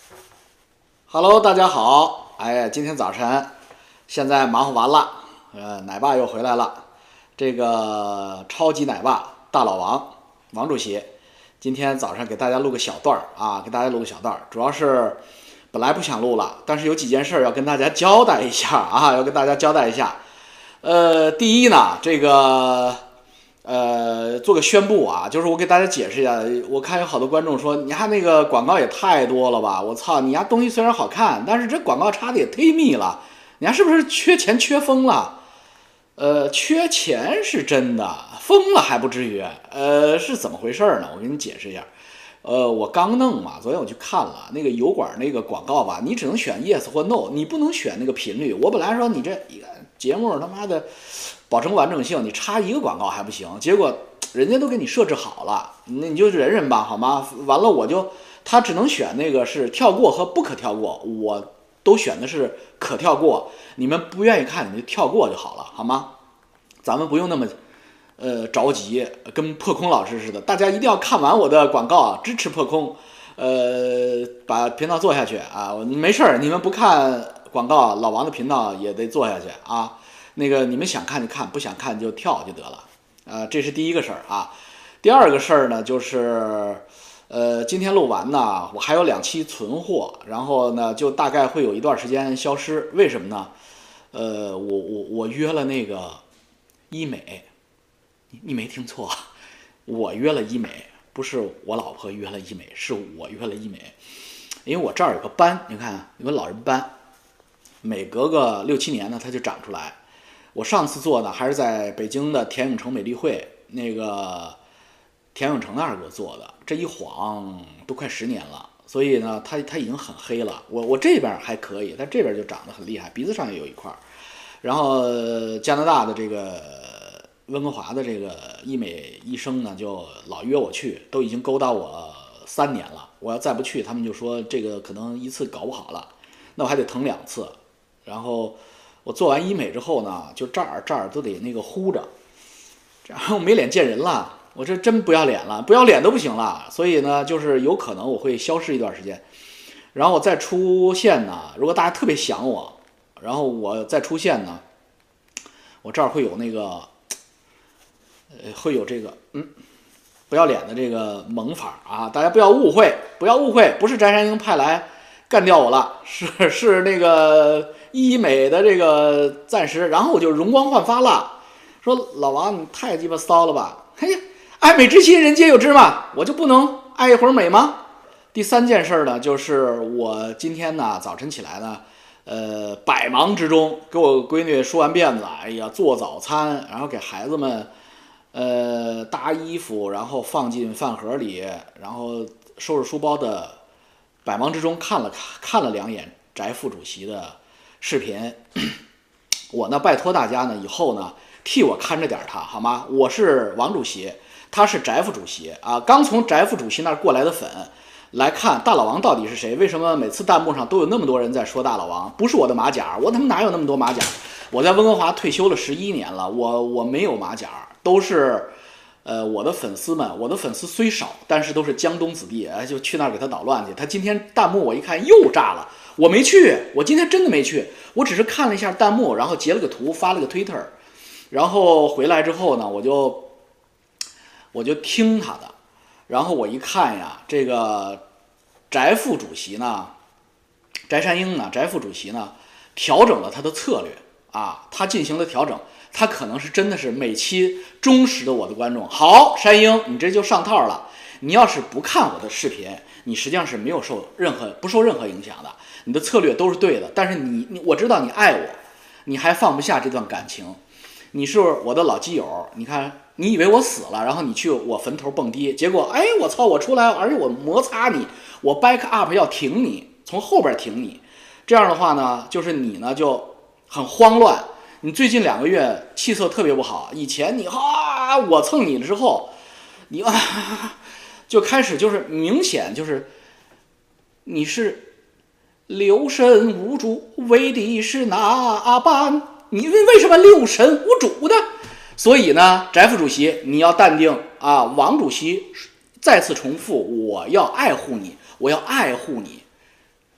Hello，大家好。哎，今天早晨，现在忙活完了，奶爸又回来了。这个超级奶爸大老王主席，今天早上给大家录个小段儿啊，给大家录个小段儿，主要是本来不想录了，但是有几件事要跟大家交代一下啊，要跟大家交代一下。第一呢，这个做个宣布啊，就是我给大家解释一下，我看有好多观众说，你看那个广告也太多了吧，我操，你家东西虽然好看，但是这广告插的也忒密了，你家是不是缺钱缺疯了？缺钱是真的，疯了还不至于。是怎么回事呢？我给你解释一下。我刚弄嘛，昨天我去看了那个油管那个广告吧，你只能选 yes 或 no， 你不能选那个频率。我本来说你这节目他妈的保证完整性，你插一个广告还不行，结果人家都给你设置好了，那你就忍忍吧，好吗？完了他只能选那个是跳过和不可跳过，我都选的是可跳过，你们不愿意看你就跳过就好了，好吗？咱们不用那么着急，跟破空老师似的，大家一定要看完我的广告啊，支持破空，把频道做下去啊，没事儿，你们不看广告，老王的频道也得做下去啊。那个你们想看就看，不想看就跳就得了，这是第一个事儿啊。第二个事儿呢，就是今天录完呢，我还有2期存货，然后呢就大概会有一段时间消失，为什么呢？我约了那个医美，你没听错，我约了医美，不是我老婆约了医美，是我约了医美。因为我这儿有个斑，你看有个老人斑，每隔个6、7年呢它就长出来。我上次做呢还是在北京的田永城美丽会，那个田永城那儿给我做的，这一晃都快10年了，所以呢它已经很黑了。我这边还可以，但这边就长得很厉害，鼻子上也有一块。然后加拿大的这个温哥华的这个医美医生呢，就老约我去，都已经勾搭我3年了。我要再不去，他们就说这个可能一次搞不好了，那我还得疼2次。然后我做完医美之后呢，就这儿都得那个糊着，然后没脸见人了。我这真不要脸了，不要脸都不行了。所以呢，就是有可能我会消失一段时间，然后我再出现呢，如果大家特别想我，然后我再出现呢，我这儿会有那个。会有这个不要脸的这个萌法啊！大家不要误会，不要误会，不是翟山鹰派来干掉我了，是那个医美的这个暂时，然后我就容光焕发了。说老王你太鸡巴骚了吧？嘿，爱美之心人皆有之嘛，我就不能爱一会儿美吗？第3件事呢，就是我今天呢早晨起来呢，百忙之中给我闺女梳完辫子，哎呀做早餐，然后给孩子们。搭衣服，然后放进饭盒里，然后收拾书包的百忙之中看了2眼翟副主席的视频。我呢拜托大家呢以后呢替我看着点他好吗？我是王主席，他是翟副主席啊。刚从翟副主席那儿过来的粉来看大老王到底是谁？为什么每次弹幕上都有那么多人在说大老王？不是我的马甲，我他妈哪有那么多马甲？我在温哥华退休了11年了，我没有马甲。都是，我的粉丝们，我的粉丝虽少，但是都是江东子弟，就去那儿给他捣乱去。他今天弹幕我一看又炸了，我没去，我今天真的没去，我只是看了一下弹幕，然后截了个图发了个 Twitter， 然后回来之后呢，我就听他的，然后我一看呀，这个翟副主席呢，翟山鹰呢，翟副主席呢，调整了他的策略啊，他进行了调整。他可能是真的是每期忠实的我的观众。好，山鹰，你这就上套了。你要是不看我的视频，你实际上是没有不受任何影响的。你的策略都是对的，但是我知道你爱我，你还放不下这段感情。你是我的老基友，你看，你以为我死了，然后你去我坟头蹦迪，结果哎，我操，我出来，而且我摩擦你，我 back up 要挺你，从后边挺你。这样的话呢，就是你呢就很慌乱。你最近2个月气色特别不好，以前你我蹭你了之后，你就开始就是明显就是你是六神无主，为的是哪般？你为什么六神无主呢？所以呢，翟副主席你要淡定啊！王主席再次重复，我要爱护你，我要爱护你。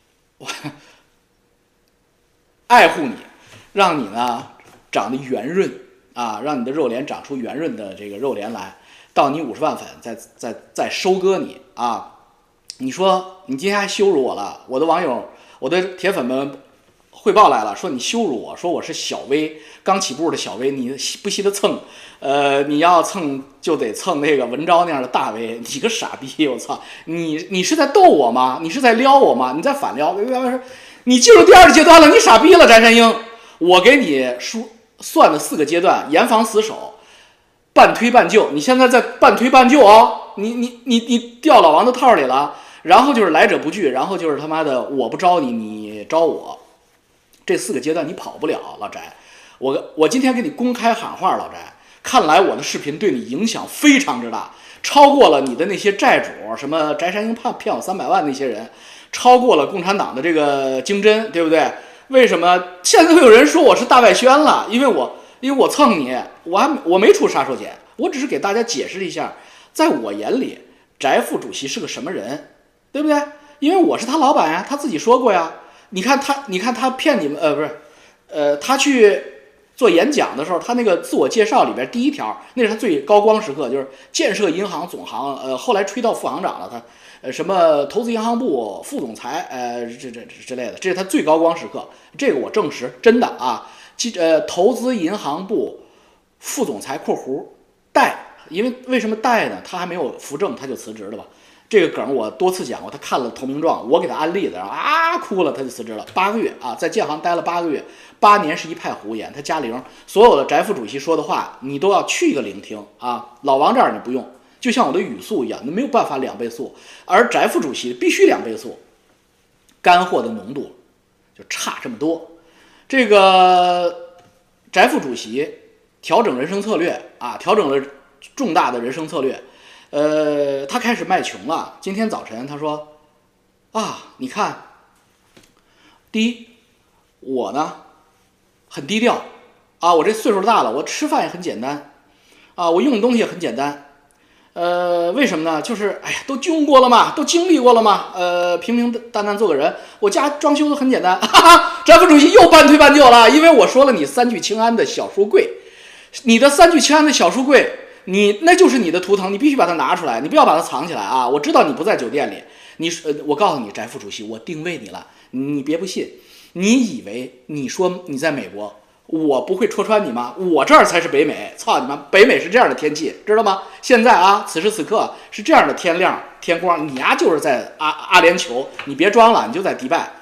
爱护你，让你呢长得圆润啊，让你的肉脸长出圆润的这个肉脸来，到你50万粉再收割你啊！你说你今天还羞辱我了，我的网友、我的铁粉们汇报来了，说你羞辱我，说我是小微，刚起步的小微，你不惜的蹭，你要蹭就得蹭那个文昭那样的大 V， 你个傻逼！我操，你是在逗我吗？你是在撩我吗？你在反撩？你进入第2个阶段了，你傻逼了，翟山鹰！我给你算了4个阶段，严防死守，半推半就。你现在在半推半就哦，你掉老王的套里了。然后就是来者不拒，然后就是他妈的我不招你，你招我。这4个阶段你跑不了，老翟。我今天给你公开喊话，老翟，看来我的视频对你影响非常之大，超过了你的那些债主，什么翟山鹰骗我300万那些人，超过了共产党的这个经侦，对不对？为什么现在有人说我是大外宣了？因为我蹭你，我没出杀手锏，我只是给大家解释一下，在我眼里，翟副主席是个什么人，对不对？因为我是他老板呀，他自己说过呀。你看他骗你们，他去做演讲的时候，他那个自我介绍里边第1条，那是他最高光时刻，就是建设银行总行，后来吹到副行长了，他什么投资银行部副总裁，这之类的，这是他最高光时刻，这个我证实真的啊。投资银行部副总裁括弧代，因为为什么代呢？他还没有扶正他就辞职了吧？这个梗我多次讲过，他看了投名状，我给他安利的，啊哭了，他就辞职了，8个月啊，在建行待了8个月，8年是一派胡言，他加0，所有的翟副主席说的话，你都要去一个聆听啊。老王这儿你不用，就像我的语速一样，你没有办法2倍速，而翟副主席必须2倍速，干货的浓度就差这么多。这个翟副主席调整人生策略啊，调整了重大的人生策略。他开始卖穷了。今天早晨他说啊，你看，第一，我呢很低调啊，我这岁数大了，我吃饭也很简单啊，我用的东西也很简单。为什么呢？就是哎呀，都经过了嘛，都经历过了嘛。平平淡淡做个人，我家装修的很简单。哈哈，翟副主席又半推半就了，因为我说了你3聚氰胺的小书柜，你的3聚氰胺的小书柜。那就是你的图腾，你必须把它拿出来，你不要把它藏起来啊！我知道你不在酒店里，我告诉你，翟副主席，我定位你了，你别不信，你以为你说你在美国，我不会戳穿你吗？我这儿才是北美，操你妈！北美是这样的天气，知道吗？现在啊，此时此刻是这样的天亮天光，你呀就是在阿联酋，你别装了，你就在迪拜，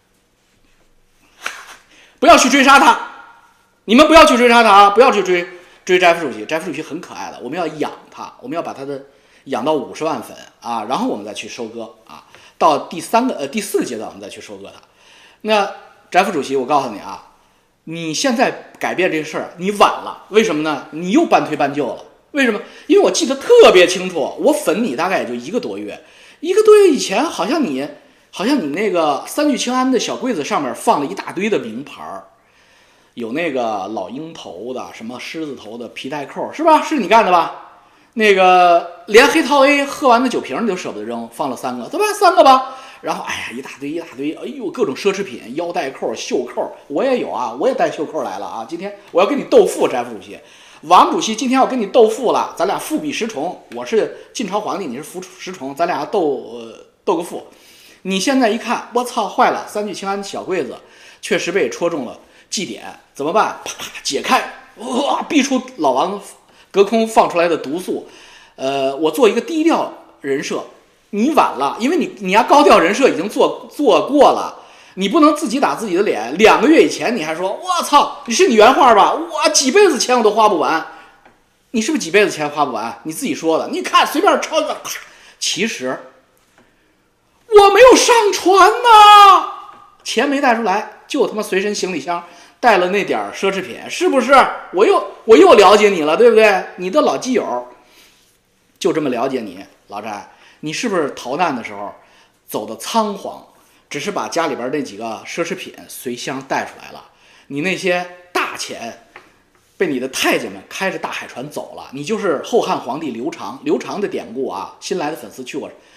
不要去追杀他，你们不要去追杀他啊！不要去追翟副主席，翟副主席很可爱的，我们要养他，我们要把他的养到50万粉啊，然后我们再去收割啊，到第4个阶段我们再去收割他。那翟副主席，我告诉你啊，你现在改变这个事儿你晚了，为什么呢？你又半推半就了，为什么？因为我记得特别清楚，我粉你大概也就1个多月，1个多月以前好像你那个3聚氰胺的小柜子上面放了一大堆的名牌儿。有那个老鹰头的，什么狮子头的皮带扣，是吧？是你干的吧？那个连黑桃 A 喝完的酒瓶你都舍不得扔，放了3个，对吧？3个吧。然后哎呀，一大堆，哎呦，各种奢侈品，腰带扣、袖扣，我也有啊，我也带袖扣来了啊。今天我要跟你斗富，翟副主席，王主席今天要跟你斗富了，咱俩富比石崇，我是晋朝皇帝，你是扶石崇，咱俩斗个富。你现在一看，我操，坏了，3聚氰胺小柜子确实被戳中了。祭点怎么办？啪解开，哇，逼出老王隔空放出来的毒素。我做一个低调人设，你晚了，因为你要高调人设已经做过了，你不能自己打自己的脸。2个月以前你还说我操，你是你原话吧？我几辈子钱我都花不完，你是不是几辈子钱花不完？你自己说的。你看随便抄个，其实我没有上传呐，钱没带出来，就他妈随身行李箱。带了那点奢侈品，是不是？我又了解你了，对不对？你的老基友就这么了解你，老翟，你是不是逃难的时候走的仓皇，只是把家里边那几个奢侈品随箱带出来了？你那些大钱被你的太监们开着大海船走了，你就是后汉皇帝刘长的典故啊。新来的粉丝去过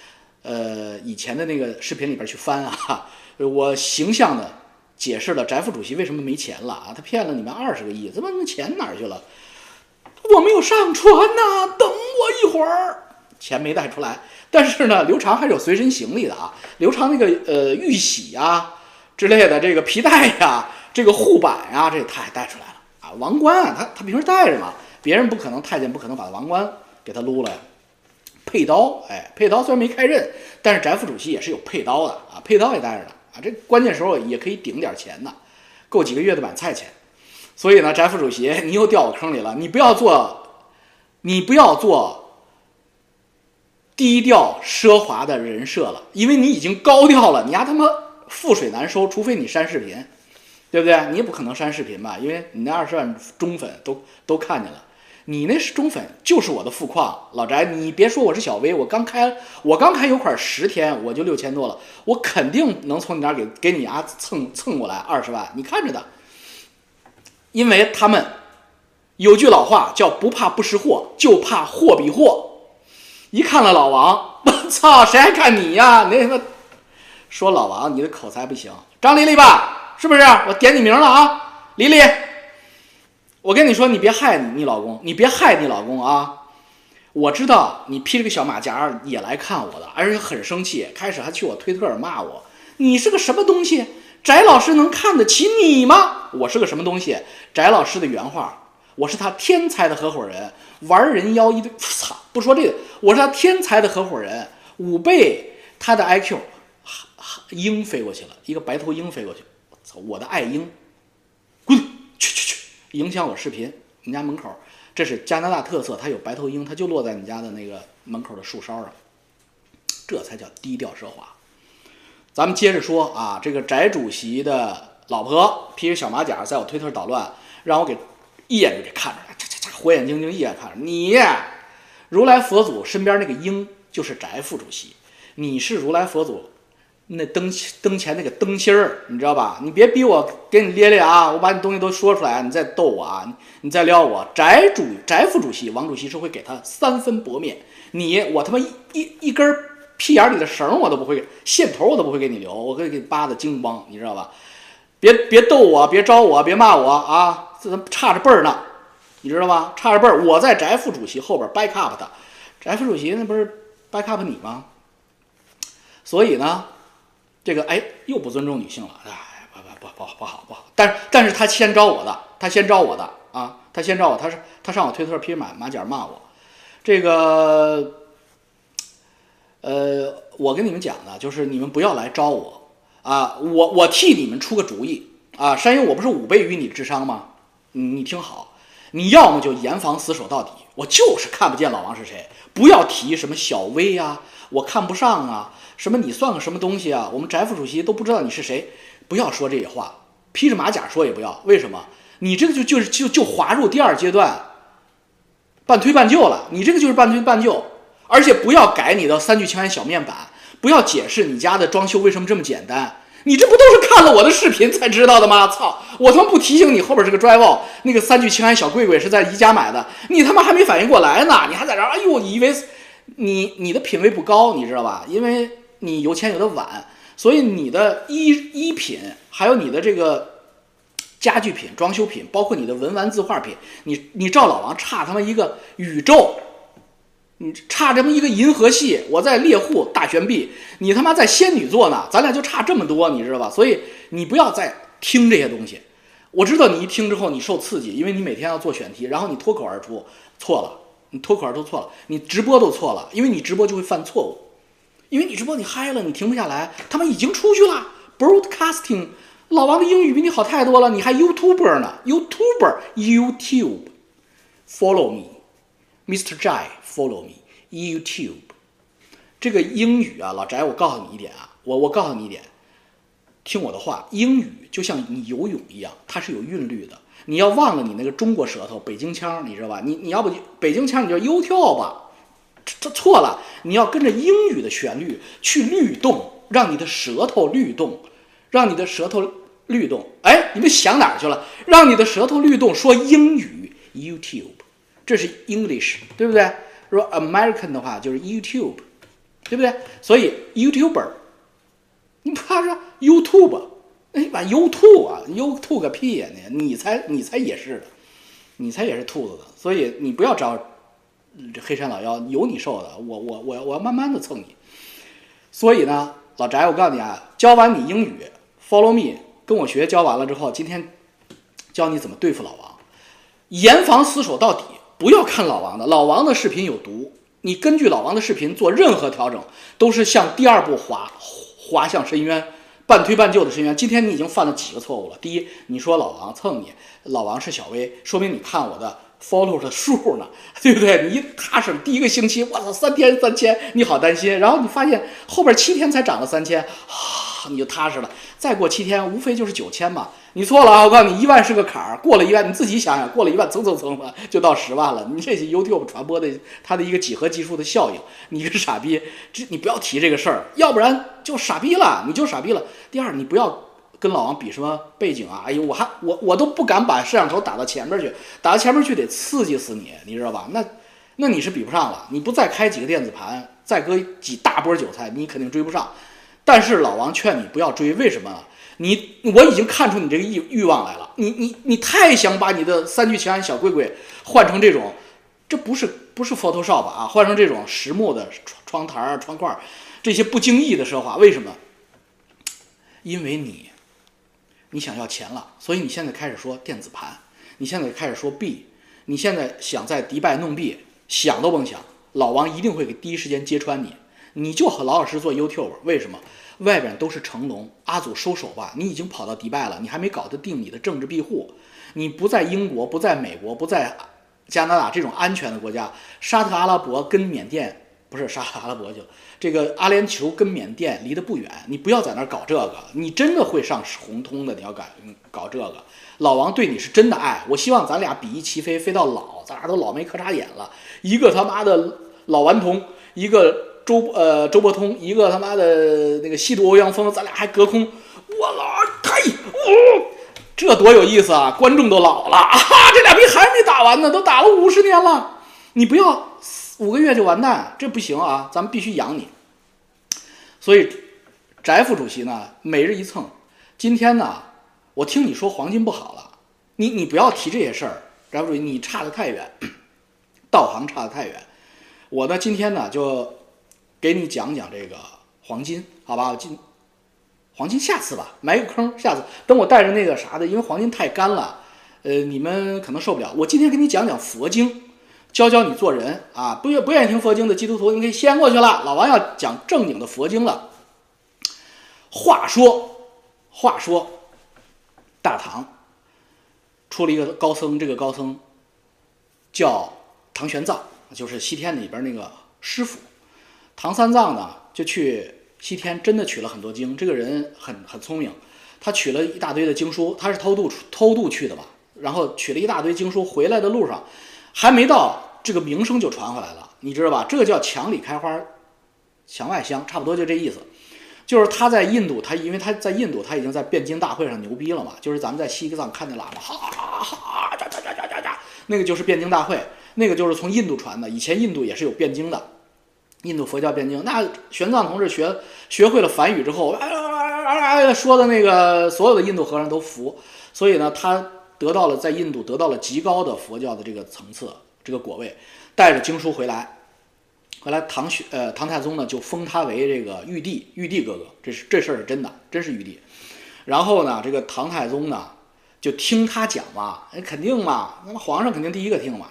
以前的那个视频里边去翻啊，我形象的解释了翟副主席为什么没钱了啊，他骗了你们20个亿，怎么那钱哪儿去了？我没有上船呐，等我一会儿，钱没带出来。但是呢，刘长还是有随身行李的啊，刘长那个玉玺啊之类的，这个皮带呀、这个护板呀，这他也带出来了啊。王冠啊，他平时带着嘛，别人不可能，太监不可能把王冠给他撸了呀。佩刀，佩刀虽然没开刃，但是翟副主席也是有佩刀的啊，佩刀也带着的啊，这关键时候也可以顶点钱呢，够几个月的买菜钱。所以呢，翟副主席，你又掉我坑里了，你不要做低调奢华的人设了，因为你已经高调了，你丫他妈覆水难收，除非你删视频，对不对？你也不可能删视频吧，因为你那20万忠粉都看见了。你那是忠粉，就是我的富矿，老翟，你别说我是小 V，我刚开油款10天，我就6000多了，我肯定能从你那儿给你蹭过来20万，你看着的。因为他们有句老话叫不怕不识货，就怕货比货。一看了老王，我操，谁还看你呀？那个说老王，你的口才不行，张丽丽吧，是不是？我点你名了啊，丽丽。我跟你说，你别害你老公，你别害你老公啊！我知道你披着个小马甲也来看我的，而且很生气，开始还去我推特骂我，你是个什么东西？翟老师能看得起你吗？我是个什么东西？翟老师的原话，我是他天才的合伙人，玩人妖一堆，操！不说这个，我是他天才的合伙人，5倍他的 IQ， 鹰飞过去了，一个白头鹰飞过去，我操！我的爱鹰，滚！去！影响我视频，你家门口，这是加拿大特色，它有白头鹰，它就落在你家的那个门口的树梢上，这才叫低调奢华。咱们接着说啊，这个翟主席的老婆披着小马甲在我推特捣乱，让我给一眼就给看出来，火眼金睛一眼看着你，如来佛祖身边那个鹰就是翟副主席，你是如来佛祖那灯前那个灯芯儿，你知道吧？你别逼我给你咧啊！我把你东西都说出来，你再逗我啊！你再撩我，翟副主席王主席是会给他3分薄面，我他妈一根屁眼里的绳我都不会，线头我都不会给你留，我会给你扒的精光，你知道吧？别逗我，别招我，别骂我啊！这差着辈儿呢，你知道吧？差着辈儿，我在翟副主席后边 back up 他，翟副主席那不是 back up 你吗？所以呢？这个又不尊重女性了，不好，但是他先招我的，他先招我，他上我推特披马甲骂我，这个我跟你们讲的就是你们不要来招我啊，我替你们出个主意啊，山鹰我不是5倍于你智商吗？你听好，你要么就严防死守到底，我就是看不见老王是谁，不要提什么小薇啊，我看不上啊。什么你算个什么东西啊？我们翟副主席都不知道你是谁，不要说这些话，披着马甲说也不要。为什么？你这个就滑入第2阶段，半推半就了。你这个就是半推半就，而且不要改你的3聚氰胺小面板，不要解释你家的装修为什么这么简单。你这不都是看了我的视频才知道的吗？操！我他妈不提醒你后边这个 drywall 那个3聚氰胺小柜柜是在宜家买的，你他妈还没反应过来呢，你还在这儿，哎呦，以为你的品位不高，你知道吧？因为你有钱有的晚，所以你的衣品，还有你的这个家具品、装修品，包括你的文玩字画品，你照老王差他妈一个宇宙，你差这么一个银河系，我在猎户大悬臂，你他妈在仙女座呢，咱俩就差这么多，你知道吧？所以你不要再听这些东西。我知道你一听之后你受刺激，因为你每天要做选题，然后你脱口而出错了，你脱口而出错了，你直播都错了，因为你直播就会犯错误。因为你直播你嗨了，你停不下来，他们已经出去了 broadcasting， 老王的英语比你好太多了，你还 YouTuber 呢 YouTube follow me Mr. Jai follow me YouTube。 这个英语啊，老翟我告诉你一点啊，我告诉你一点，听我的话，英语就像你游泳一样，它是有韵律的，你要忘了你那个中国舌头北京腔，你知道吧？你要不北京腔你就 YouTube 吧，这错了，你要跟着英语的旋律去律动，让你的舌头律动，让你的舌头律动。你们想哪儿去了？让你的舌头律动，说英语 YouTube， 这是 English， 对不对？说 American 的话就是 YouTube， 对对不对？所以 YouTuber， 你怕说 YouTube， 你把 YouTube 啊 ，YouTube 个屁呀！你才也是的，你才也是兔子的。所以你不要找这黑山老妖，有你受的，我要慢慢的蹭你。所以呢，老翟，我告诉你啊，教完你英语 ，Follow me， 跟我学，教完了之后，今天教你怎么对付老王，严防死守到底。不要看老王的，老王的视频有毒，你根据老王的视频做任何调整，都是向第二步滑向深渊，半推半就的深渊。今天你已经犯了几个错误了？第一，你说老王蹭你，老王是小 V， 说明你看我的 follow 的数呢，对不对？你一踏实，第一个星期，我操，3天3000，你好担心，然后你发现后边7天才涨了3000，你就踏实了。再过7天，无非就是9000嘛。你错了啊！我告诉你，1万是个坎儿，过了1万，你自己想想，过了1万，蹭吧，就到10万了。你这些 YouTube 传播的它的一个几何级数的效应，你个傻逼，你不要提这个事儿，要不然就傻逼了，你就傻逼了。第二，你不要跟老王比什么背景啊，哎呦，我都不敢把摄像头打到前面去，打到前面去得刺激死你，你知道吧？那你是比不上了，你不再开几个电子盘，再搁几大波韭菜，你肯定追不上。但是老王劝你不要追，为什么？我已经看出你这个欲望来了，你太想把你的3聚氰胺小龟龟换成这种，这不是 Photoshop 啊，换成这种实木的窗台窗块这些不经意的奢华，为什么？因为你想要钱了，所以你现在开始说电子盘，你现在开始说币，你现在想在迪拜弄币，想都甭想，老王一定会给第一时间揭穿你，你就老老实实做 YouTube， 为什么？外边都是成龙，阿祖收手吧！你已经跑到迪拜了，你还没搞得定你的政治庇护，你不在英国，不在美国，不在加拿大这种安全的国家，沙特阿拉伯跟缅甸不是沙特阿拉伯，就这个阿联酋跟缅甸离得不远，你不要在那儿搞这个，你真的会上红通的。你要搞这个，老王对你是真的爱，我希望咱俩比翼齐飞，飞到老，咱俩都老没磕嚓眼了，一个他妈的老顽童，一个周伯通，一个他妈的那个西渡欧阳锋，咱俩还隔空，我老这多有意思啊！观众都老了啊，这俩逼还没打完呢，都打了50年了，你不要5个月就完蛋，这不行啊！咱们必须养你。所以，翟副主席呢，每日一蹭。今天呢，我听你说黄金不好了，你不要提这些事儿，翟副主席你差得太远，道行差得太远。我呢，今天呢就给你讲讲这个黄金，好吧？黄金下次吧，埋个坑，下次等我带着那个啥的，因为黄金太干了，你们可能受不了。我今天给你讲讲佛经，教教你做人啊！不愿意听佛经的基督徒，你可以先过去了。老王要讲正经的佛经了。话说，大唐出了一个高僧，这个高僧叫唐玄奘，就是西天里边那个师傅。唐三藏呢，就去西天，真的取了很多经。这个人很聪明，他取了一大堆的经书，他是偷渡去的吧？然后取了一大堆经书，回来的路上还没到，这个名声就传回来了，你知道吧？这个叫墙里开花，墙外香，差不多就这意思。就是他在印度，因为他在印度，他已经在辩经大会上牛逼了嘛。就是咱们在西藏看见喇叭，哈，那个就是辩经大会，那个就是从印度传的。以前印度也是有辩经的。印度佛教辩经，那玄奘同志学会了梵语之后，说的那个所有的印度和尚都服，所以呢，他在印度得到了极高的佛教的这个层次，这个果位，带着经书回来唐太宗呢就封他为这个玉帝哥哥，这事儿是真的，真是玉帝。然后呢，这个唐太宗呢就听他讲嘛，肯定嘛，那么皇上肯定第一个听嘛，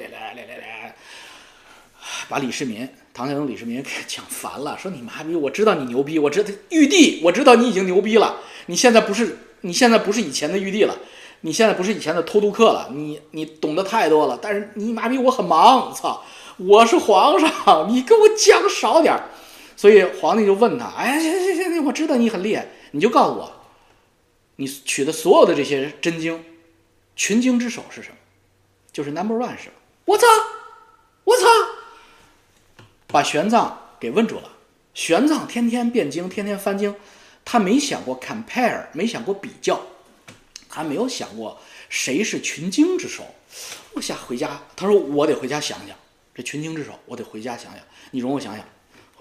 把唐太宗李世民给讲烦了，说你妈逼，我知道你牛逼，我知道玉帝，我知道你已经牛逼了，你现在不是以前的玉帝了，你现在不是以前的偷渡客了，你懂得太多了，但是你妈逼我很忙，操，我是皇上，你跟我讲少点。所以皇帝就问他，哎，行，我知道你很厉害，你就告诉我，你取的所有的这些真经，群经之首是什么？就是 No.1 是什么？我操！把玄奘给问住了。玄奘天天辩经，天天翻经，他没想过 compare， 没想过比较，他没有想过谁是群经之首。我想回家，他说我得回家想想这群经之首，我得回家想想。你容我想想，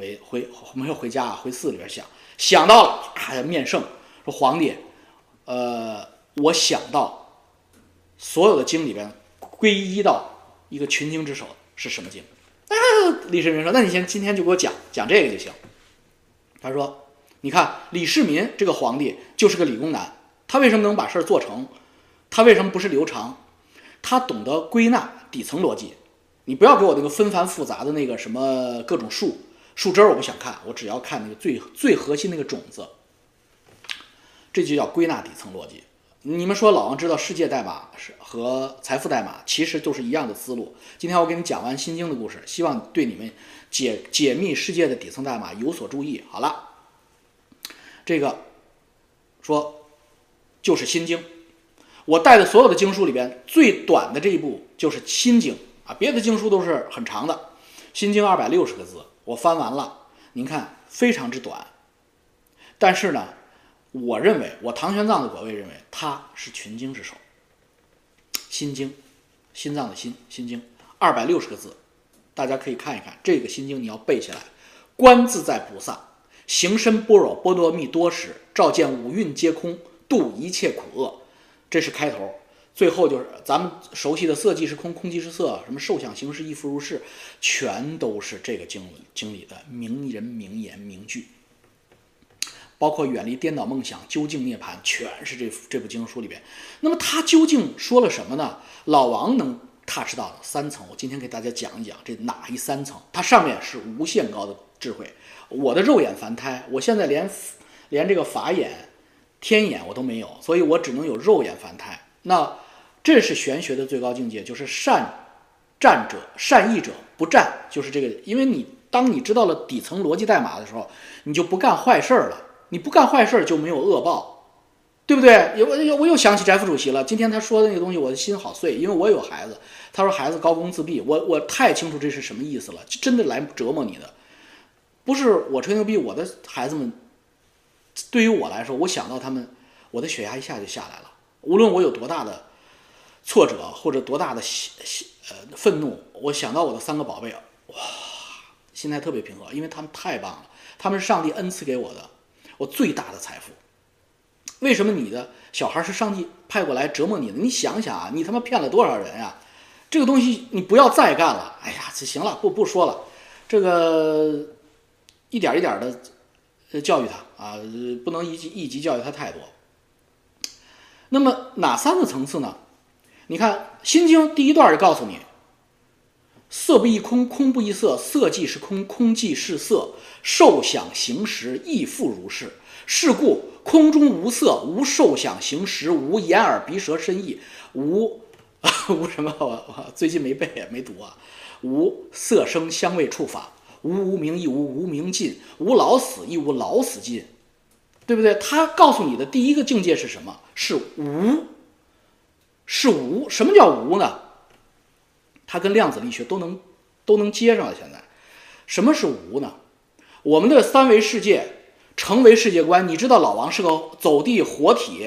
没有回家啊，回寺里边想到了，面圣说皇帝，我想到所有的经里边归依到一个群经之首是什么经？李世民说：“那你今天就给我讲这个就行。”他说：“你看李世民这个皇帝就是个理工男，他为什么能把事儿做成？他为什么不是刘长？他懂得归纳底层逻辑。你不要给我那个纷繁复杂的那个什么各种树枝，我不想看，我只要看那个最核心那个种子。这就叫归纳底层逻辑。你们说老王知道世界代码和财富代码其实都是一样的思路。今天我给你讲完心经的故事，希望对你们解密世界的底层代码有所注意。好了，这个说就是心经。我带的所有的经书里边最短的这一部就是心经啊，别的经书都是很长的。心经260个字，我翻完了，您看非常之短。但是呢，我认为，我唐玄奘的果位认为它是群经之首。心经，心脏的心，心经260个字，大家可以看一看这个心经，你要背下来。观自在菩萨，行深般若波罗蜜多时，照见五蕴皆空，度一切苦厄。这是开头，最后就是咱们熟悉的色即是空，空即是色，什么受想行识亦复如是，全都是这个经里的名人名言名句。包括远离颠倒梦想，究竟涅槃，全是这部经书里边。那么他究竟说了什么呢？老王能touch到的3层，我今天给大家讲一讲这哪一3层。它上面是无限高的智慧。我的肉眼凡胎，我现在连这个法眼、天眼我都没有，所以我只能有肉眼凡胎。那这是玄学的最高境界，就是善意者不战，就是这个。因为当你知道了底层逻辑代码的时候，你就不干坏事了。你不干坏事就没有恶报，对不对？我又想起翟副主席了。今天他说的那个东西，我的心好碎，因为我有孩子。他说孩子高工自闭，我太清楚这是什么意思了，真的来折磨你的。不是我吹牛逼，我的孩子们，对于我来说，我想到他们，我的血压一下就下来了。无论我有多大的挫折或者多大的愤怒，我想到我的3个宝贝，哇，心态特别平和，因为他们太棒了，他们是上帝恩赐给我的。我最大的财富。为什么你的小孩是上帝派过来折磨你的？你想想啊，你他妈骗了多少人啊？这个东西你不要再干了。哎呀，行了，不说了。这个一点一点的教育他啊，不能一级教育他太多。那么哪3个层次呢？你看《心经》第1段就告诉你：色不异空，空不异色，色即是空，空即是色，受想行识亦复如是。是故空中无色，无受想行识，无眼耳鼻舌身意，无什么？我最近没背没读啊。无色声香味触法，无无明亦无无明尽，无老死亦无老死尽，对不对？他告诉你的第一个境界是什么？是无。是无。什么叫无呢？它跟量子力学都能接上了。现在什么是无呢？我们的3维世界成为世界观，你知道老王是个走地活体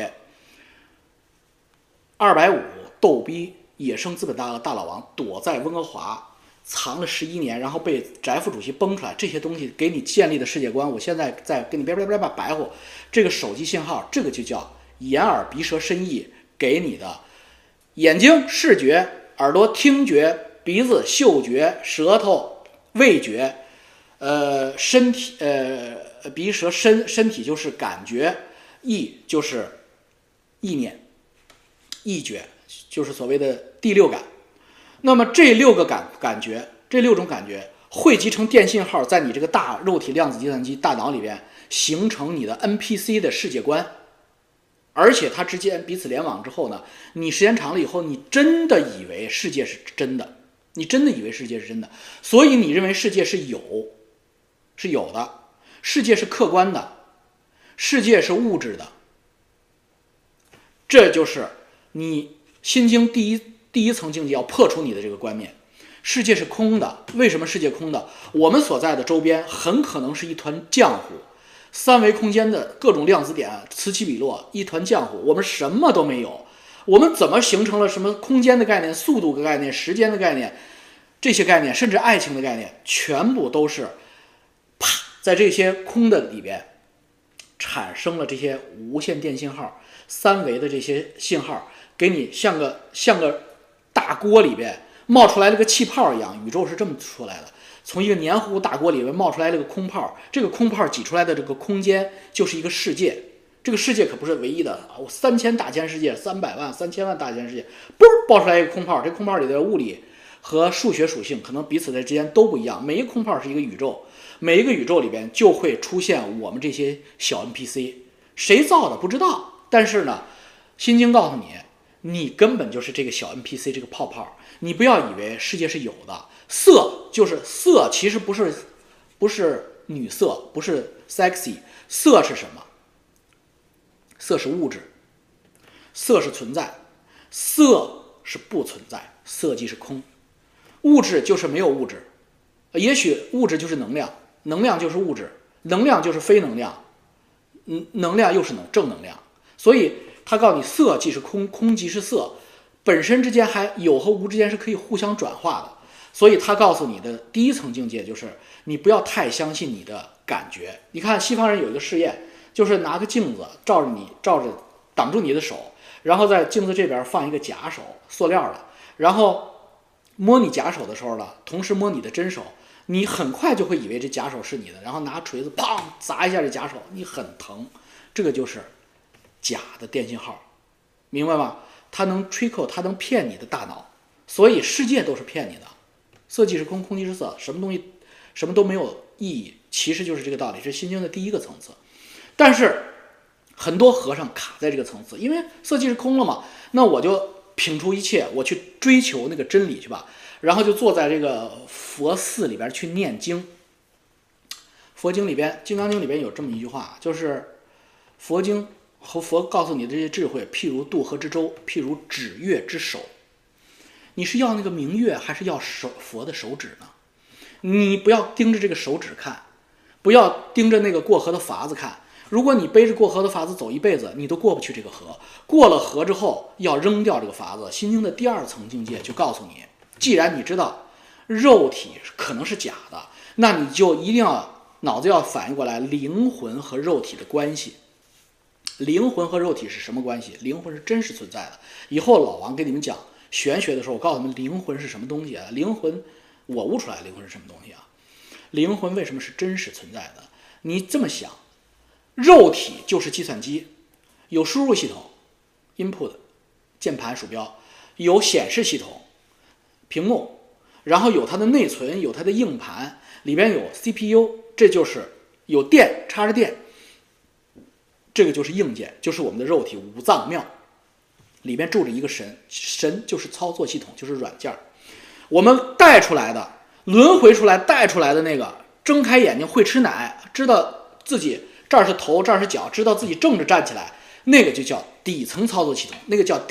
250逗逼野生资本大老王，躲在温哥华藏了11年，然后被翟副主席崩出来，这些东西给你建立的世界观，我现在在跟你白活。这个手机信号，这个就叫眼耳鼻舌身意给你的眼睛视觉，耳朵听觉，鼻子嗅觉，舌头味觉，身体鼻舌身体就是感觉，意就是意念，意觉就是所谓的第6感。那么这6个感觉，这6种感觉汇集成电信号，在你这个大肉体量子计算机大脑里边形成你的 NPC 的世界观。而且它之间彼此联网之后呢，你时间长了以后，你真的以为世界是真的，你真的以为世界是真的，所以你认为世界是有的，世界是客观的，世界是物质的。这就是你心经第一层境界要破除你的这个观念。世界是空的。为什么世界空的？我们所在的周边很可能是一团浆糊，3维空间的各种量子点此起彼落，一团浆糊，我们什么都没有。我们怎么形成了什么空间的概念、速度的概念、时间的概念，这些概念甚至爱情的概念，全部都是在这些空的里边产生了这些无线电信号、三维的这些信号，给你像个大锅里边冒出来了个气泡一样。宇宙是这么出来的，从一个黏糊糊大锅里面冒出来了个空泡，这个空泡挤出来的这个空间就是一个世界。这个世界可不是唯一的啊，3000大千世界，300万、3000万大千世界，嘣爆出来一个空泡，这空泡里的物理和数学属性可能彼此之间都不一样。每一个空泡是一个宇宙，每一个宇宙里边就会出现我们这些小 NPC， 谁造的不知道，但是呢，心经告诉你，你根本就是这个小 NPC 这个泡泡，你不要以为世界是有的。色就是色，其实不是女色，不是 sexy， 色是什么？色是物质，色是存在，色是不存在，色即是空。物质就是没有物质，也许物质就是能量，能量就是物质，能量就是非能量，能量又是正能量。所以他告诉你，色即是空，空即是色，本身之间还有和无之间是可以互相转化的。所以他告诉你的第一层境界就是，你不要太相信你的感觉。你看西方人有一个试验，就是拿个镜子照着挡住你的手，然后在镜子这边放一个假手，塑料的，然后摸你假手的时候呢，同时摸你的真手，你很快就会以为这假手是你的，然后拿锤子砰砸一下这假手，你很疼，这个就是假的电信号，明白吗？它能 trick， 它能骗你的大脑，所以世界都是骗你的。色即是空，空即是色，什么东西什么都没有意义，其实就是这个道理，是心经的第一个层次。但是很多和尚卡在这个层次，因为色即是空了嘛，那我就摒除一切，我去追求那个真理去吧，然后就坐在这个佛寺里边去念经。佛经里边，《金刚经》里边有这么一句话，就是佛经和佛告诉你的这些智慧，譬如渡河之舟，譬如指月之手。你是要那个明月，还是要佛的手指呢？你不要盯着这个手指看，不要盯着那个过河的筏子看。如果你背着过河的筏子走一辈子，你都过不去这个河。过了河之后，要扔掉这个筏子。心经的第二层境界就告诉你，既然你知道肉体可能是假的，那你就一定要脑子要反应过来灵魂和肉体的关系。灵魂和肉体是什么关系？灵魂是真实存在的。以后老王给你们讲玄学的时候，我告诉你们灵魂是什么东西啊？灵魂，我悟出来灵魂是什么东西啊？灵魂为什么是真实存在的？你这么想，肉体就是计算机，有输入系统 input 键盘鼠标，有显示系统屏幕，然后有它的内存，有它的硬盘，里边有 CPU， 这就是有电，插着电，这个就是硬件，就是我们的肉体五脏庙，里边住着一个神，神就是操作系统，就是软件。我们带出来的轮回出来带出来的那个，睁开眼睛会吃奶，知道自己这儿是头这儿是脚，知道自己正着站起来，那个就叫底层操作系统，那个叫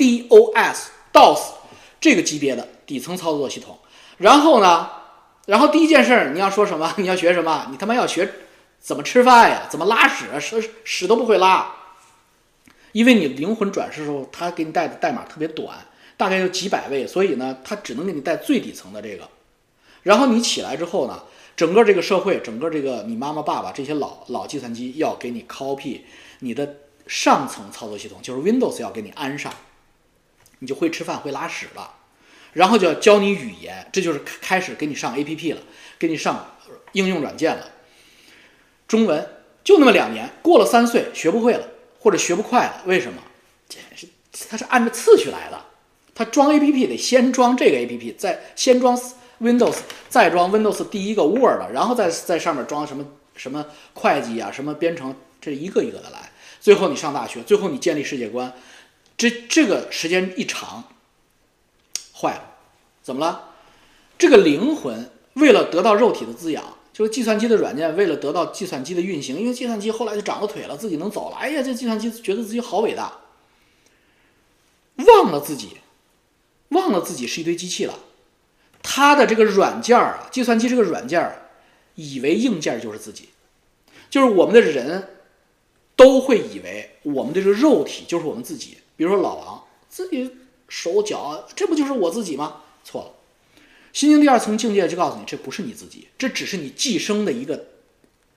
DOS 这个级别的底层操作系统。然后呢，第一件事你要说什么？你要学什么？你他妈要学怎么吃饭呀，怎么拉屎，屎都不会拉。因为你灵魂转世的时候，他给你带的代码特别短，大概有几百位，所以呢，他只能给你带最底层的这个。然后你起来之后呢，整个这个社会，整个这个你妈妈爸爸这些老计算机要给你 copy 你的上层操作系统，就是 Windows 要给你安上，你就会吃饭会拉屎了。然后就要教你语言，这就是开始给你上 APP 了，给你上应用软件了。中文就那么2年，过了3岁学不会了。或者学不快了，为什么？它是按照次序来的。它装 APP 得先装这个 APP， 再先装 Windows， 再装 Windows 第一个 Word， 然后在上面装什么会计啊，什么编程，这一个一个的来。最后你上大学，最后你建立世界观，这个时间一长，坏了，怎么了？这个灵魂为了得到肉体的滋养。就是计算机的软件为了得到计算机的运行，因为计算机后来就长了腿了，自己能走了，哎呀，这计算机觉得自己好伟大，忘了自己是一堆机器了。它的这个软件啊，计算机这个软件以为硬件就是自己，就是我们的人都会以为我们的这个肉体就是我们自己。比如说老王自己手脚，这不就是我自己吗？错了。心经第2层境界就告诉你，这不是你自己，这只是你寄生的一个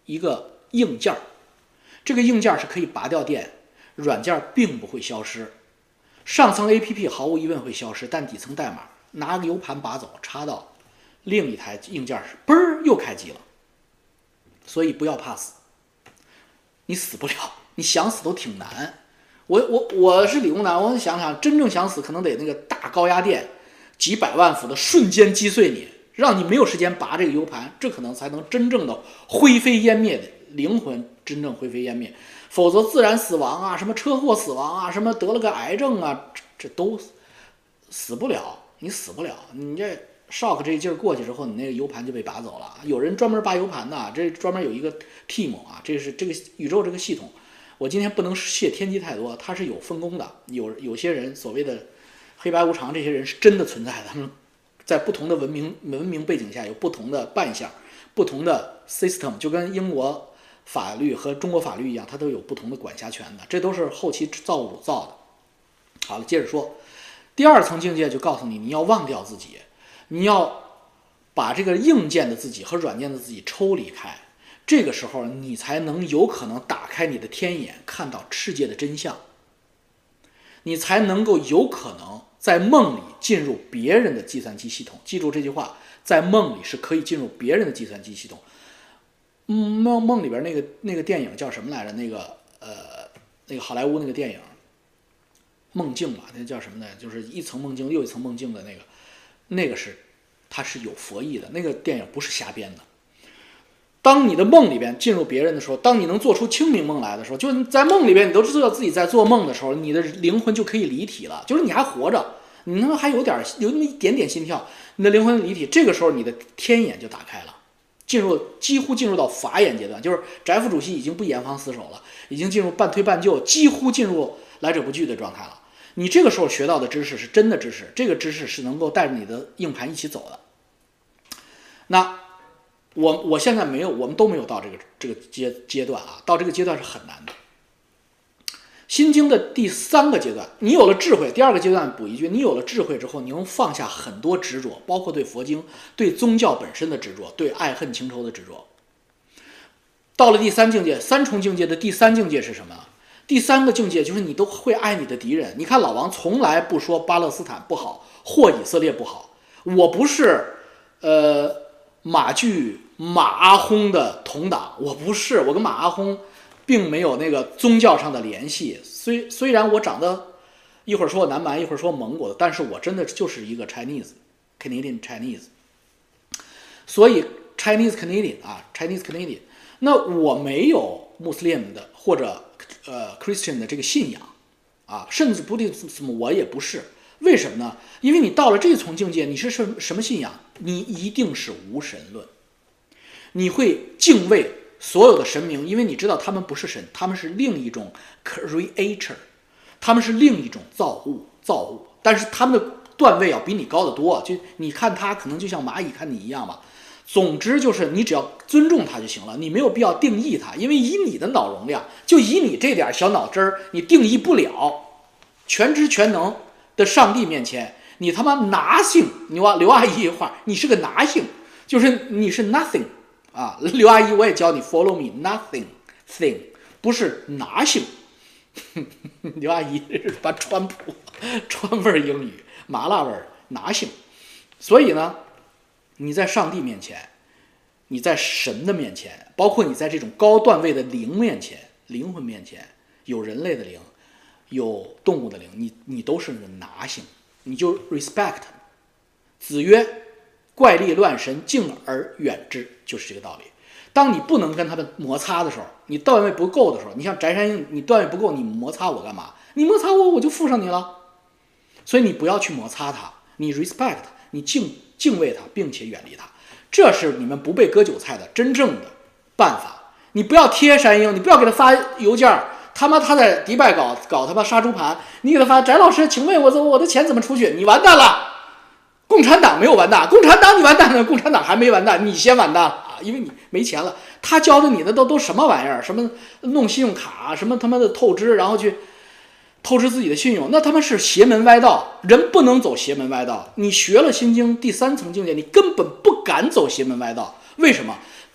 一个硬件，这个硬件是可以拔掉电，软件并不会消失。上层 APP 毫无疑问会消失，但底层代码拿个 U 盘拔走，插到另一台硬件时，嘣儿又开机了。所以不要怕死，你死不了，你想死都挺难。我是理工男，我想想，真正想死可能得那个大高压电，几百万伏的瞬间击碎你，让你没有时间拔这个 U 盘，这可能才能真正的灰飞烟灭的灵魂，真正灰飞烟灭。否则自然死亡啊，什么车祸死亡啊，什么得了个癌症啊，这都死不了，你死不了。你这 shock 这一劲儿过去之后，你那个 U 盘就被拔走了。有人专门拔 U 盘的，这专门有一个 team 啊，这是这个宇宙这个系统。我今天不能泄天机太多，它是有分工的。有些人所谓的黑白无常，这些人是真的存在的，他们在不同的文明背景下有不同的扮相，不同的 system， 就跟英国法律和中国法律一样，它都有不同的管辖权的，这都是后期造物主造的。好了，接着说，第二层境界就告诉你，你要忘掉自己，你要把这个硬件的自己和软件的自己抽离开，这个时候你才能有可能打开你的天眼，看到世界的真相，你才能够有可能在梦里进入别人的计算机系统。记住这句话，在梦里是可以进入别人的计算机系统。梦里边那个电影叫什么来着？那个好莱坞那个电影，梦境吧，那叫什么呢？就是一层梦境又一层梦境的那个是，它是有佛意的。那个电影不是瞎编的。当你的梦里边进入别人的时候，当你能做出清明梦来的时候，就是在梦里边你都知道自己在做梦的时候，你的灵魂就可以离体了，就是你还活着，你能还有那么一点点心跳，你的灵魂离体，这个时候你的天眼就打开了。几乎进入到法眼阶段，就是翟副主席已经不严防死守了，已经进入半推半就，几乎进入来者不拒的状态了。你这个时候学到的知识是真的知识，这个知识是能够带着你的硬盘一起走的。那我现在没有，我们都没有到这个阶段啊，到这个阶段是很难的。心经的第3个阶段，你有了智慧。第2个阶段补一句，你有了智慧之后，你能放下很多执着，包括对佛经、对宗教本身的执着，对爱恨情仇的执着。到了第3境界，3重境界的第3境界是什么呢？第3个境界就是你都会爱你的敌人。你看老王从来不说巴勒斯坦不好或以色列不好，我不是马阿訇的同党，我不是，我跟马阿訇并没有那个宗教上的联系。虽然我长得一会儿说我南蛮，一会儿说蒙古的，但是我真的就是一个 Canadian Chinese， 所以 Chinese Canadian。那我没有穆斯林的或者Christian 的这个信仰啊，甚至Buddhism我也不是。为什么呢？因为你到了这层境界，你是什么信仰？你一定是无神论，你会敬畏所有的神明，因为你知道他们不是神，他们是另一种 creator， 他们是另一种造物，但是他们的段位要比你高得多。就你看他可能就像蚂蚁看你一样吧。总之就是你只要尊重他就行了，你没有必要定义他，因为以你的脑容量，就以你这点小脑汁儿，你定义不了全知全能的上帝面前，你他妈拿性。刘阿姨一话，你是个拿性，就是你是 nothing 啊。刘阿姨我也教你 follow me nothing thing， 不是拿性。刘阿姨是把川味英语麻辣味拿性。所以呢，你在上帝面前，你在神的面前，包括你在这种高段位的灵面前、灵魂面前，有人类的灵，有动物的灵，你都是个拿性，你就 respect。子曰：“怪力乱神，敬而远之。”就是这个道理。当你不能跟他们摩擦的时候，你段位不够的时候，你像翟山鹰，你段位不够，你摩擦我干嘛？你摩擦我，我就附上你了。所以你不要去摩擦他，你 respect 他，你敬畏他，并且远离他，这是你们不被割韭菜的真正的办法。你不要贴山鹰，你不要给他发邮件，他在迪拜搞他妈杀猪盘，你给他发翟老师，请问我的钱怎么出去？你完蛋了。共产党没有完蛋，共产党你完蛋了，共产党还没完蛋，你先完蛋了啊！因为你没钱了。他教的你的都什么玩意儿？什么弄信用卡，什么他妈的透支，然后去透支自己的信用，那他妈是邪门歪道。人不能走邪门歪道。你学了心经第3层境界，你根本不敢走邪门歪道。为什么？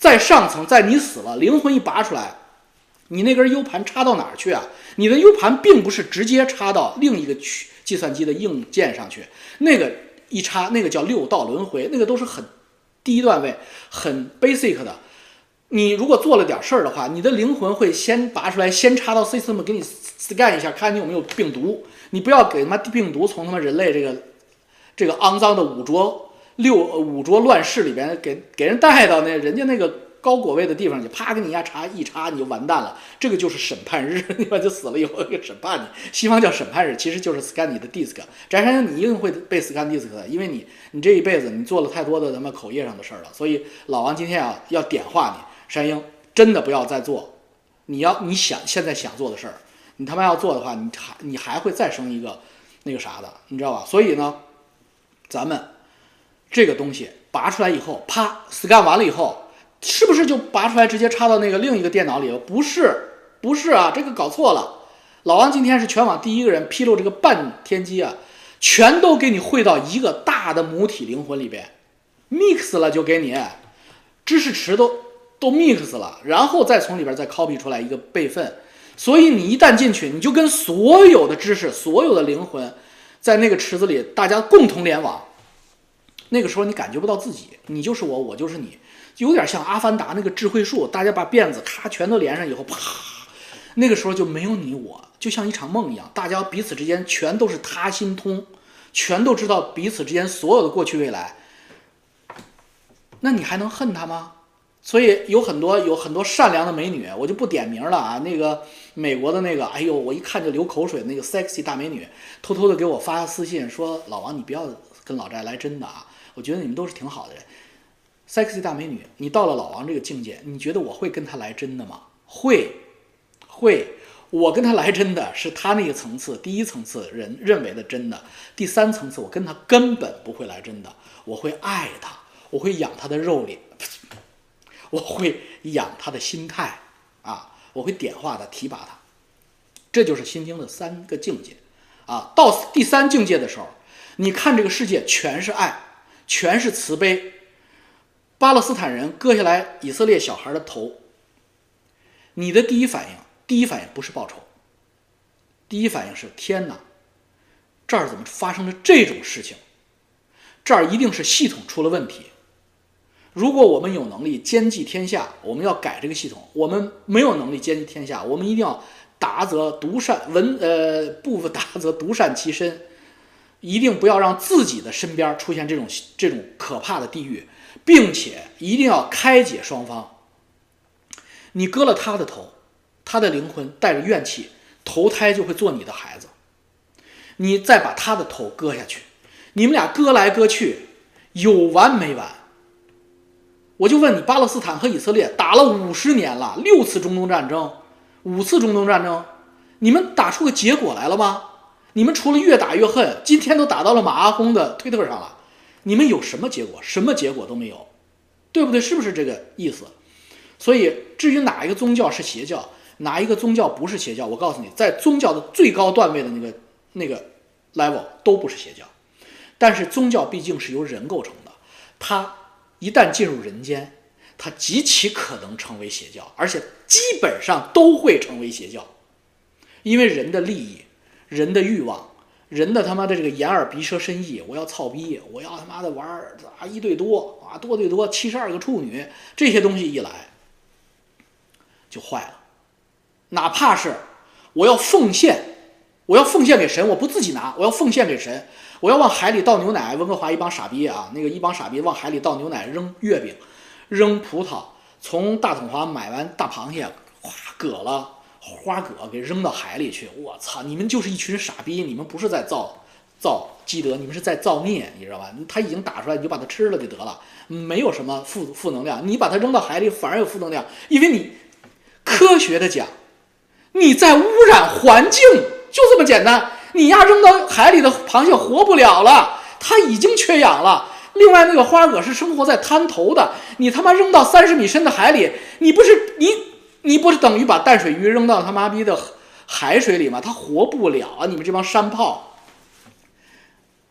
再上层，在你死了，灵魂一拔出来，你那根 U 盘插到哪儿去啊？你的 U 盘并不是直接插到另一个计算机的硬件上去，那个一插，那个叫6道轮回，那个都是很低段位、很 basic 的。你如果做了点事儿的话，你的灵魂会先拔出来，先插到 system 给你 scan 一下，看你有没有病毒。你不要给他妈病毒从他妈人类这个肮脏的五浊乱世里边给人带到人家那个高果位的地方去，啪给你一插你就完蛋了。这个就是审判日，你就死了以后给审判你。西方叫审判日，其实就是 scan 你的 disk。翟山鹰你一定会被 scan disk 的，因为你这一辈子你做了太多的他妈口业上的事儿了。所以老王今天要点化你。山鹰真的不要再做，你现在想做的事儿，你他妈要做的话，你还会再生一个那个啥的，你知道吧？所以呢，咱们这个东西拔出来以后，啪 scan 完了以后，是不是就拔出来直接插到那个另一个电脑里了？不是啊，这个搞错了。老王今天是全网第一个人披露这个半天机啊，全都给你汇到一个大的母体灵魂里边 ，mix 了就给你知识池都 mix 了，然后再从里边再 copy 出来一个备份。所以你一旦进去，你就跟所有的知识、所有的灵魂在那个池子里，大家共同联网。那个时候你感觉不到自己，你就是我，我就是你，有点像阿凡达那个智慧树，大家把辫子咔全都连上以后，啪，那个时候就没有你我，就像一场梦一样，大家彼此之间全都是他心通，全都知道彼此之间所有的过去未来。那你还能恨他吗？所以有很多善良的美女，我就不点名了啊。那个美国的那个，哎呦，我一看就流口水，那个 sexy 大美女，偷偷的给我发私信说：“老王，你不要跟老翟来真的啊，我觉得你们都是挺好的人。”sexy 大美女，你到了老王这个境界，你觉得我会跟他来真的吗？会，我跟他来真的是他那个层次，第一层次人认为的真的，第三层次我跟他根本不会来真的，我会爱他，我会养他的肉脸。我会养他的心态啊，我会点化他，提拔他，这就是心经的3个境界啊。到第3境界的时候，你看这个世界全是爱，全是慈悲。巴勒斯坦人割下来以色列小孩的头，你的第一反应不是报仇，第一反应是天哪，这儿怎么发生了这种事情？这儿一定是系统出了问题。如果我们有能力兼济天下，我们要改这个系统；我们没有能力兼济天下，我们一定要达则独善不达则独善其身，一定不要让自己的身边出现这种可怕的地狱，并且一定要开解双方。你割了他的头，他的灵魂带着怨气投胎就会做你的孩子，你再把他的头割下去，你们俩割来割去有完没完？我就问你，巴勒斯坦和以色列打了50年了，6次中东战争，5次中东战争，你们打出个结果来了吗？你们除了越打越恨，今天都打到了马阿訇的推特上了，你们有什么结果？什么结果都没有，对不对？是不是这个意思？所以至于哪一个宗教是邪教，哪一个宗教不是邪教，我告诉你，在宗教的最高段位的那个 level 都不是邪教。但是宗教毕竟是由人构成的，它一旦进入人间，它极其可能成为邪教，而且基本上都会成为邪教。因为人的利益、人的欲望、人的他妈的这个眼耳鼻舌身意，我要操逼，我要他妈的玩1对多啊，多对多72个处女，这些东西一来就坏了。哪怕是我要奉献给神，我不自己拿，我要奉献给神，我要往海里倒牛奶。温哥华一帮傻逼啊，一帮傻逼往海里倒牛奶，扔月饼，扔葡萄，从大统华买完大螃蟹，花蛤给扔到海里去。我操，你们就是一群傻逼，你们不是在造积德，你们是在造孽，你知道吧？他已经打出来，你就把它吃了就得了，没有什么负能量。你把它扔到海里反而有负能量，因为你科学的讲，你在污染环境，就这么简单。你扔到海里的螃蟹活不了了，它已经缺氧了。另外那个花蛤是生活在滩头的，你他妈扔到30米深的海里，你不是等于把淡水鱼扔到他妈逼的海水里吗？它活不了啊！你们这帮山炮，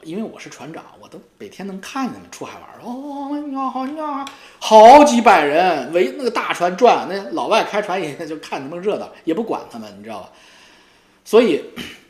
因为我是船长，我都每天能看见他们出海玩。哦，你好，你好，好几百人围那个大船转，那老外开船也就看他们热闹，也不管他们，你知道吧？所以，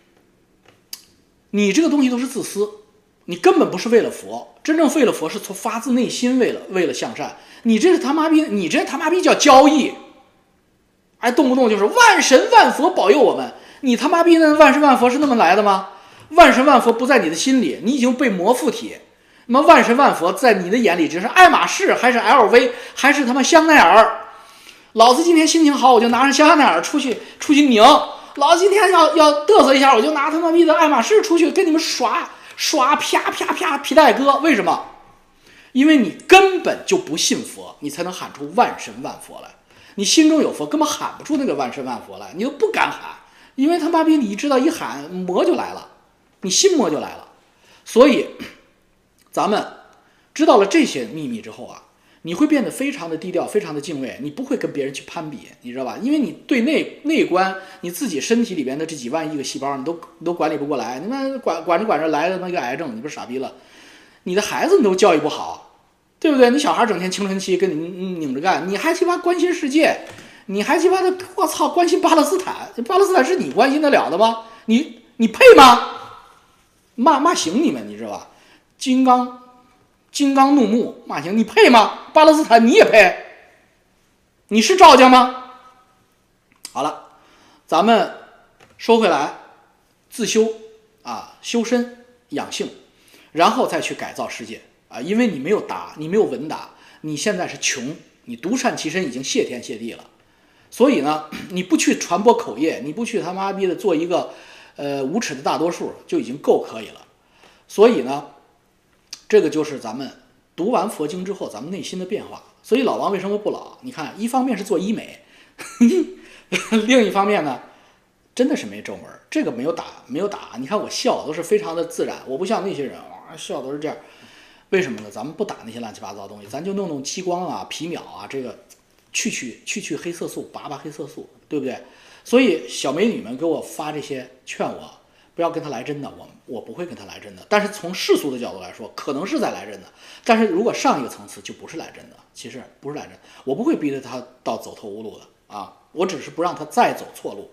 你这个东西都是自私，你根本不是为了佛，真正为了佛是从发自内心为了向善。你这是他妈逼，你这他妈逼叫交易，哎，动不动就是万神万佛保佑我们，你他妈逼那万神万佛是那么来的吗？万神万佛不在你的心里，你已经被魔附体。那么万神万佛在你的眼里只是爱马仕还是 LV 还是他妈香奈儿？老子今天心情好，我就拿着香奈儿出去拧。老子今天要嘚瑟一下，我就拿他妈逼的爱马仕出去跟你们耍啪啪啪皮带哥。为什么？因为你根本就不信佛，你才能喊出万神万佛来。你心中有佛，根本喊不出那个万神万佛来，你都不敢喊，因为他妈逼你知道一喊魔就来了，你心魔就来了。所以咱们知道了这些秘密之后啊，你会变得非常的低调，非常的敬畏，你不会跟别人去攀比，你知道吧？因为你对内观，你自己身体里边的这几万亿个细胞，你都管理不过来。你们管着来了那个癌症，你不是傻逼了？你的孩子你都教育不好，对不对？你小孩整天青春期跟你拧着干，你还鸡巴关心世界，你还鸡巴的我操关心巴勒斯坦？巴勒斯坦是你关心得了的吗？你配吗？骂醒你们，你知道吧？金刚怒目骂醒你配吗？巴勒斯坦你也配？你是赵家吗？好了，咱们收回来，自修啊，修身养性，然后再去改造世界啊！因为你没有达，你没有文达，你现在是穷，你独善其身已经谢天谢地了。所以呢，你不去传播口业，你不去他妈逼的做一个无耻的大多数，就已经够可以了。所以呢，这个就是咱们读完佛经之后咱们内心的变化。所以老王为什么不老？你看，一方面是做医美，另一方面呢，真的是没皱纹，这个没有打。你看我笑都是非常的自然，我不像那些人笑都是这样。为什么呢？咱们不打那些乱七八糟的东西，咱就弄激光啊、皮秒啊，这个去黑色素，拔黑色素，对不对？所以小美女们给我发这些劝我不要跟他来真的，我不会跟他来真的。但是从世俗的角度来说，可能是在来真的。但是如果上一个层次就不是来真的，其实不是来真的。我不会逼着他到走投无路的啊，我只是不让他再走错路。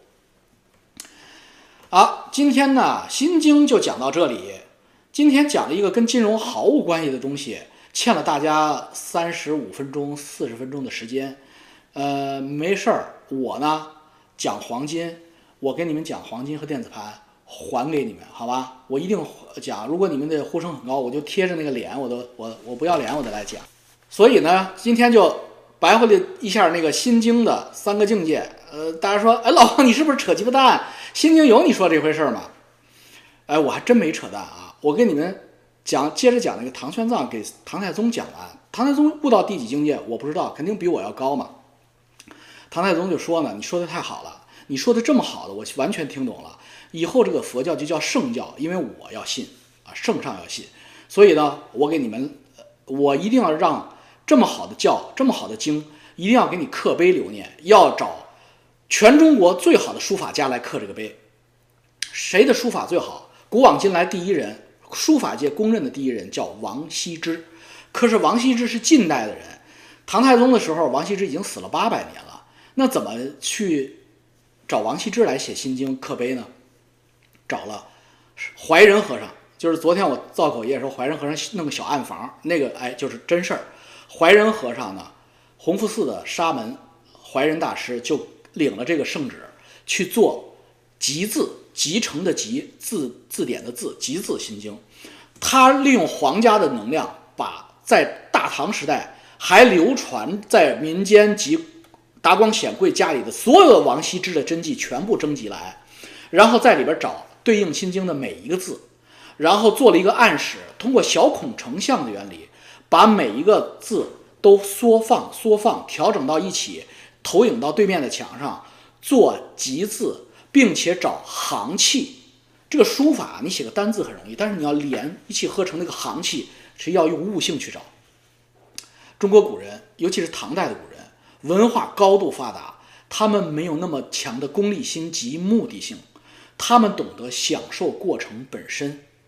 好，今天呢，心经就讲到这里。今天讲了一个跟金融毫无关系的东西，欠了大家35分钟、40分钟的时间。没事儿，我呢讲黄金，我跟你们讲黄金和电子盘。还给你们，好吧？我一定讲。如果你们的呼声很高，我就贴着那个脸，我不要脸，我再来讲。所以呢，今天就白话了一下那个心经的3个境界。大家说，哎，老王你是不是扯鸡巴蛋？心经有你说这回事吗？哎，我还真没扯淡啊！我跟你们接着讲那个唐玄奘给唐太宗讲完，唐太宗悟到第几境界我不知道，肯定比我要高嘛。唐太宗就说呢，你说的太好了，你说的这么好的，我完全听懂了。以后这个佛教就叫圣教，因为我要信啊，圣上要信，所以呢，我给你们，我一定要让这么好的教，这么好的经，一定要给你刻碑留念，要找全中国最好的书法家来刻这个碑。谁的书法最好？古往今来第一人，书法界公认的第一人叫王羲之。可是王羲之是近代的人，唐太宗的时候，王羲之已经死了800年了，那怎么去找王羲之来写心经刻碑呢？找了怀仁和尚，就是昨天我造口业的时候，怀仁和尚弄个小暗房，那个就是真事儿。怀仁和尚呢，弘福寺的沙门怀仁大师就领了这个圣旨去做集字，集成的集，字典的字，集字心经。他利用皇家的能量，把在大唐时代还流传在民间及达官显贵家里的所有的王羲之的真迹全部征集来，然后在里边找对应心经的每一个字，然后做了一个暗示，通过小孔成像的原理，把每一个字都缩放，调整到一起，投影到对面的墙上，做集字，并且找行气。这个书法你写个单字很容易，但是你要连一气呵成那个行气是要用悟性去找。中国古人，尤其是唐代的古人，文化高度发达，他们没有那么强的功利心及目的性，他们懂得享受过程本身，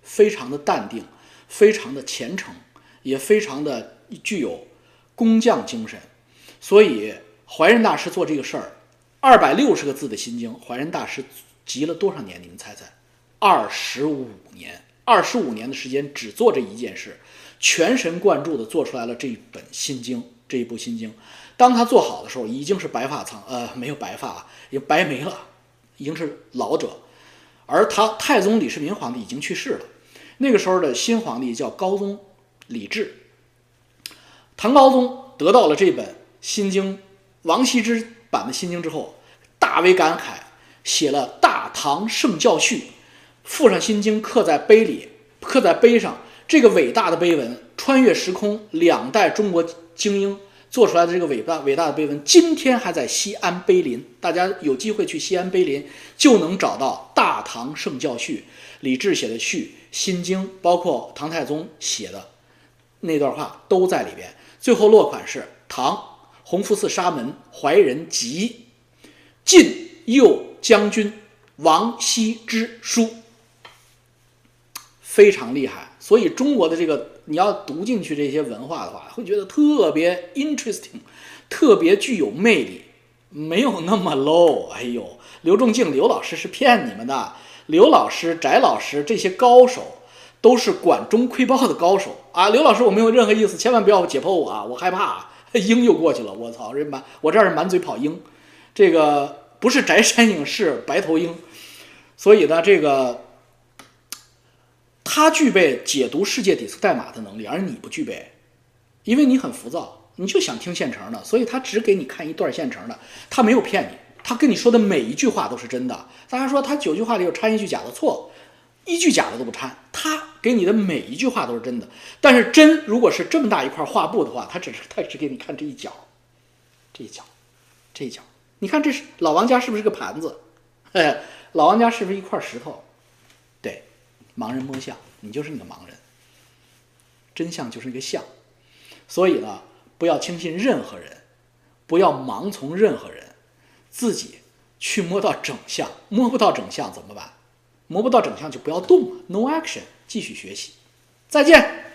非常的淡定，非常的虔诚，也非常的具有工匠精神。所以怀仁大师做这个事儿，260个字的心经，怀仁大师集了多少年？你们猜猜？25年，25年的时间只做这一件事，全神贯注地做出来了这一本心经，这一部心经。当他做好的时候，已经是白发没有白发，也白没了，已经是老者。而太宗李世民皇帝已经去世了，那个时候的新皇帝叫高宗李治。唐高宗得到了这本心经，王羲之版的心经之后，大为感慨，写了《大唐圣教序》，附上心经，刻在碑上。这个伟大的碑文穿越时空，2代中国精英做出来的这个伟大的碑文，今天还在西安碑林。大家有机会去西安碑林，就能找到《大唐圣教序》，李治写的序，心经，包括唐太宗写的那段话都在里边。最后落款是唐弘福寺沙门怀仁集晋右将军王羲之书，非常厉害。所以中国的这个你要读进去这些文化的话，会觉得特别 interesting， 特别具有魅力，没有那么 low。哎呦，刘仲敬刘老师是骗你们的，刘老师翟老师这些高手都是管中窥豹的高手啊！刘老师我没有任何意思，千万不要解剖我啊，我害怕鹰又过去了，我操，我这儿是满嘴跑鹰，这个不是翟山影，是白头鹰。所以呢，这个他具备解读世界底层代码的能力，而你不具备，因为你很浮躁，你就想听现成的，所以他只给你看一段现成的，他没有骗你，他跟你说的每一句话都是真的。大家说他9句话里有掺1句假的，错，1句假的都不掺，他给你的每一句话都是真的。但是真如果是这么大一块画布的话，他只给你看这一角，这一角，你看这是老王家是不是个盘子？老王家是不是一块石头？对，盲人摸象，你就是那个盲人，真相就是那个相。所以呢，不要轻信任何人，不要盲从任何人，自己去摸到整相。摸不到整相怎么办？摸不到整相就不要动了 ，no action， 继续学习。再见。